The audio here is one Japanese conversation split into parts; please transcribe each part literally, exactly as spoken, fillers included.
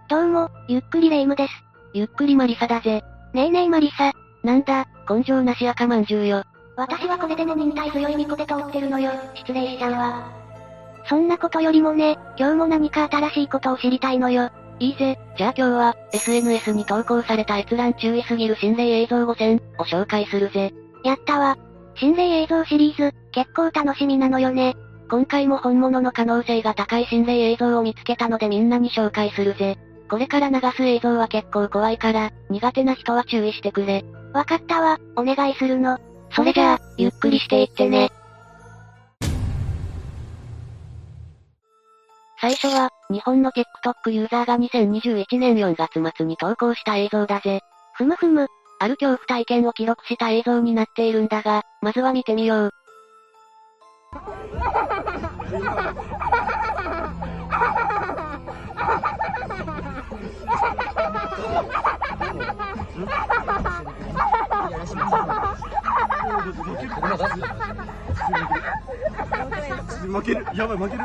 どうも、ゆっくりレ夢ムです。 ゆっくりマリサだぜ。 ねえねえマリサ。 なんだ、根性なし赤まんじゅうよ。 私はこれでも忍耐強い巫女で通ってるのよ、失礼しちゃうわ。そんなことよりもね、今日も何か新しいことを知りたいのよ。 いいぜ、じゃあ今日は、エスエヌエス に投稿された閲覧注意すぎる心霊映像ごせんを紹介するぜ。 やったわ。心霊映像シリーズ、結構楽しみなのよね。 今回も本物の可能性が高い心霊映像を見つけたのでみんなに紹介するぜ。これから流す映像は結構怖いから、苦手な人は注意してくれ。 わかったわ、お願いするの。 それじゃあ、ゆっくりしていってね。最初は、日本の TikTok ユーザーがにせんにじゅういちねんよんがつ末に投稿した映像だぜ。 ふむふむ。 ある恐怖体験を記録した映像になっているんだが、まずは見てみよう。 負ける、やばい負ける。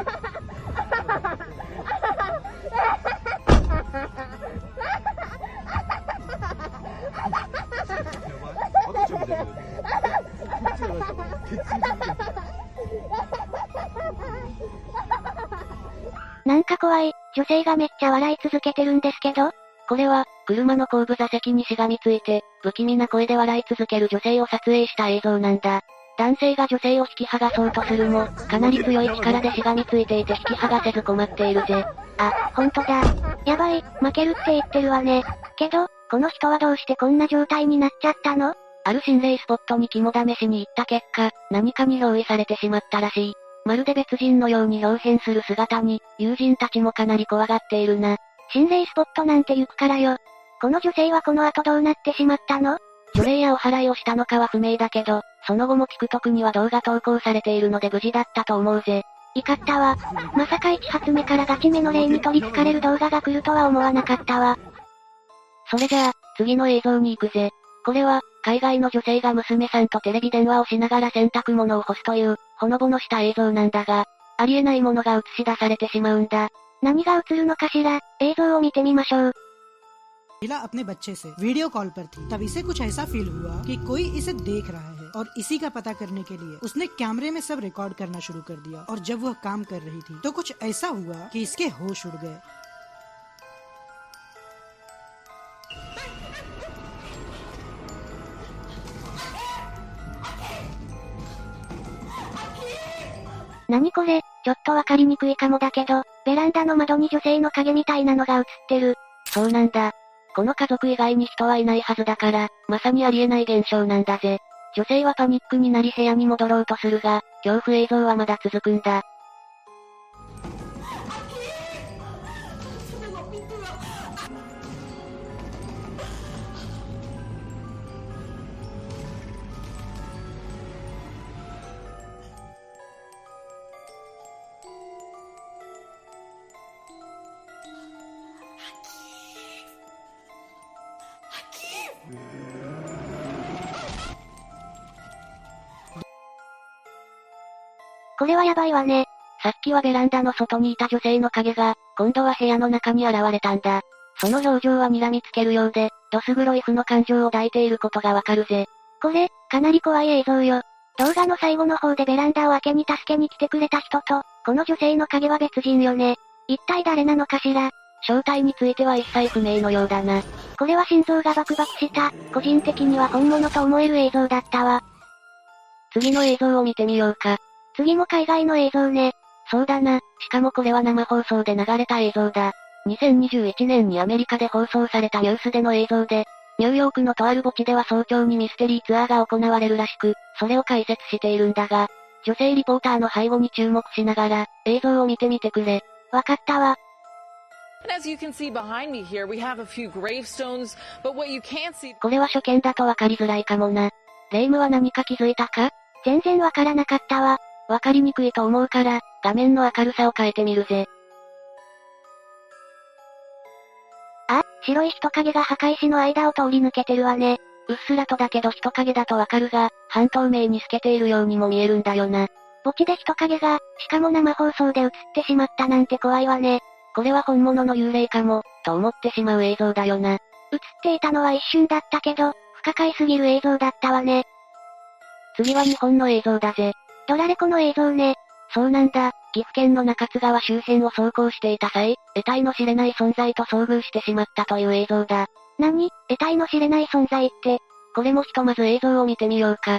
なんか怖い、女性がめっちゃ笑い続けてるんですけど。 これは、車の後部座席にしがみついて、不気味な声で笑い続ける女性を撮影した映像なんだ。男性が女性を引き剥がそうとするも、かなり強い力でしがみついていて引き剥がせず困っているぜ。 あ、ほんとだ。やばい、負けるって言ってるわね。けど、この人はどうしてこんな状態になっちゃったの？ ある心霊スポットに肝試しに行った結果、何かに憑依されてしまったらしい。まるで別人のように表変する姿に、友人たちもかなり怖がっているな。 心霊スポットなんて行くからよ。この女性はこの後どうなってしまったの？ 除霊やお祓いをしたのかは不明だけど、その後も TikTok には動画投稿されているので無事だったと思うぜ。 怒ったわ。まさか一発目からガチめの霊に取り憑かれる動画が来るとは思わなかったわ。 それじゃあ、次の映像に行くぜ。これは、海外の女性が娘さんとテレビ電話をしながら洗濯物を干すという、ほのぼのした映像なんだが、ありえないものが映し出されてしまうんだ。 何が映るのかしら、映像を見てみましょう。 महिला अपने बच्चे से वीडियो कॉल पर थी, तब इसे कुछ ऐसा फील हुआ कि कोई इसे देख रहा है और इसी का पता करने के लिए उसने कैमरे में सब रिकॉर्ड करना शुरू कर दिया और जब वह काम कर रही थी तो कुछ ऐसा हुआ कि इसके होश उड़ गए। 何これ、ちょっとわかりにくいかもだけど、ベランダの窓に女性の影みたいなのが映ってる。 そうなんだ。この家族以外に人はいないはずだから、まさにありえない現象なんだぜ。女性はパニックになり部屋に戻ろうとするが、恐怖映像はまだ続くんだ。 これはやばいわね。 さっきはベランダの外にいた女性の影が、今度は部屋の中に現れたんだ。その表情は睨みつけるようで、どす黒い負の感情を抱いていることがわかるぜ。 これ、かなり怖い映像よ。動画の最後の方でベランダを開けに助けに来てくれた人と、この女性の影は別人よね。一体誰なのかしら？ 正体については一切不明のようだな。 これは心臓がバクバクした、個人的には本物と思える映像だったわ。 次の映像を見てみようか。 次も海外の映像ね。 そうだな、しかもこれは生放送で流れた映像だ。にせんにじゅういちねんにアメリカで放送されたニュースでの映像で、ニューヨークのとある墓地では早朝にミステリーツアーが行われるらしく、それを解説しているんだが、女性リポーターの背後に注目しながら、映像を見てみてくれ。 わかったわ。 これは初見だとわかりづらいかもな。レ夢ムは何か気づいたか？ 全然わからなかったわ。 わかりにくいと思うから、画面の明るさを変えてみるぜ。 あ、白い人影が墓石の間を通り抜けてるわね。 うっすらとだけど人影だとわかるが、半透明に透けているようにも見えるんだよな。 墓地で人影が、しかも生放送で映ってしまったなんて怖いわね。 これは本物の幽霊かも、と思ってしまう映像だよな。 映っていたのは一瞬だったけど、不可解すぎる映像だったわね。 次は日本の映像だぜ。 ドラレコの映像ね。 そうなんだ、岐阜県の中津川周辺を走行していた際、得体の知れない存在と遭遇してしまったという映像だ。 何？得体の知れない存在って。 これもひとまず映像を見てみようか。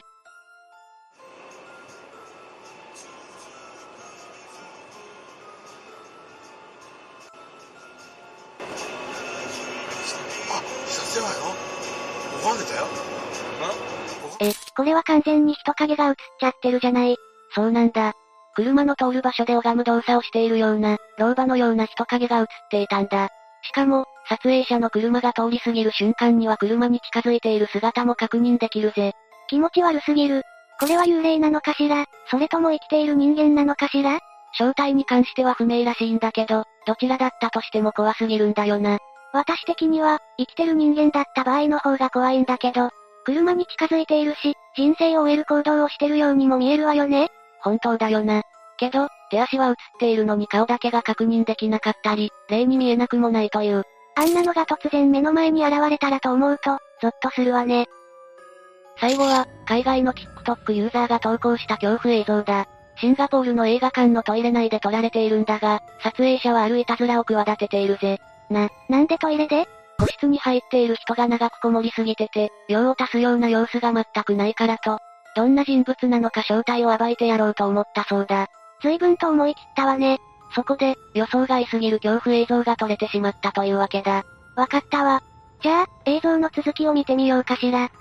え、これは完全に人影が映っちゃってるじゃない。 そうなんだ。車の通る場所で拝む動作をしているような、老婆のような人影が映っていたんだ。しかも、撮影者の車が通り過ぎる瞬間には車に近づいている姿も確認できるぜ。 気持ち悪すぎる。これは幽霊なのかしら？それとも生きている人間なのかしら？ 正体に関しては不明らしいんだけど、どちらだったとしても怖すぎるんだよな。 私的には、生きてる人間だった場合の方が怖いんだけど、車に近づいているし、人生を終える行動をしてるようにも見えるわよね。 本当だよな。けど、手足は映っているのに顔だけが確認できなかったり、霊に見えなくもないという。 あんなのが突然目の前に現れたらと思うと、ゾッとするわね。 最後は、海外の TikTok ユーザーが投稿した恐怖映像だ。シンガポールの映画館のトイレ内で撮られているんだが、撮影者はあるいたずらを企てているぜ。 な、なんでトイレで？ 個室に入っている人が長くこもりすぎてて、用を足すような様子が全くないからと、どんな人物なのか正体を暴いてやろうと思ったそうだ。 随分と思い切ったわね。 そこで、予想外すぎる恐怖映像が撮れてしまったというわけだ。 わかったわ。じゃあ、映像の続きを見てみようかしら。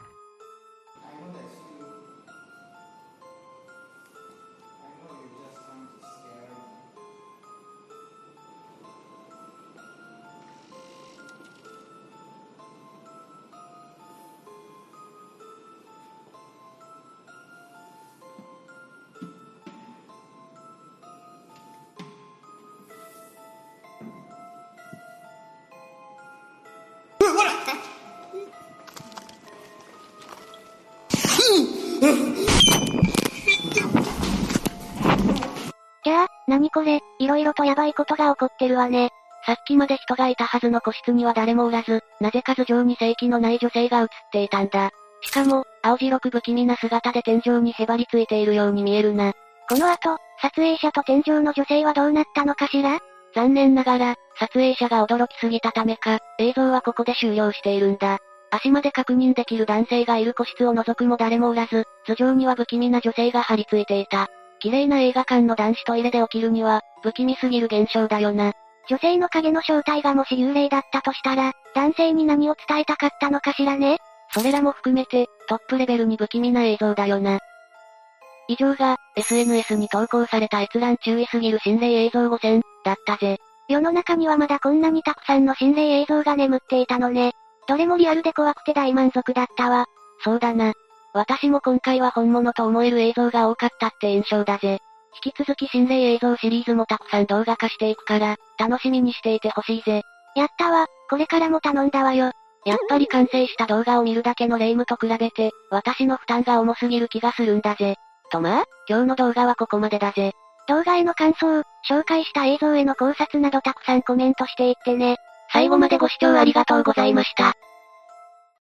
じゃあ、なにこれ、いろいろとやばいことが起こってるわね。 さっきまで人がいたはずの個室には誰もおらず、なぜか頭上に正気のない女性が映っていたんだ。しかも、青白く不気味な姿で天井にへばりついているように見えるな。 この後、撮影者と天井の女性はどうなったのかしら？ 残念ながら、撮影者が驚きすぎたためか、映像はここで終了しているんだ。足まで確認できる男性がいる個室を除くも誰もおらず、頭上には不気味な女性が張り付いていた。綺麗な映画館の男子トイレで起きるには、不気味すぎる現象だよな。 女性の影の正体がもし幽霊だったとしたら、男性に何を伝えたかったのかしらね？ それらも含めて、トップレベルに不気味な映像だよな。以上が、エスエヌエス に投稿された閲覧注意すぎる心霊映像ごせん、だったぜ。 世の中にはまだこんなにたくさんの心霊映像が眠っていたのね。どれもリアルで怖くて大満足だったわ。 そうだな。私も今回は本物と思える映像が多かったって印象だぜ。引き続き心霊映像シリーズもたくさん動画化していくから、楽しみにしていてほしいぜ。 やったわ、これからも頼んだわよ。 やっぱり完成した動画を見るだけの霊夢と比べて、私の負担が重すぎる気がするんだぜ。とまあ、今日の動画はここまでだぜ。 動画への感想、紹介した映像への考察などたくさんコメントしていってね。 最後までご視聴ありがとうございました。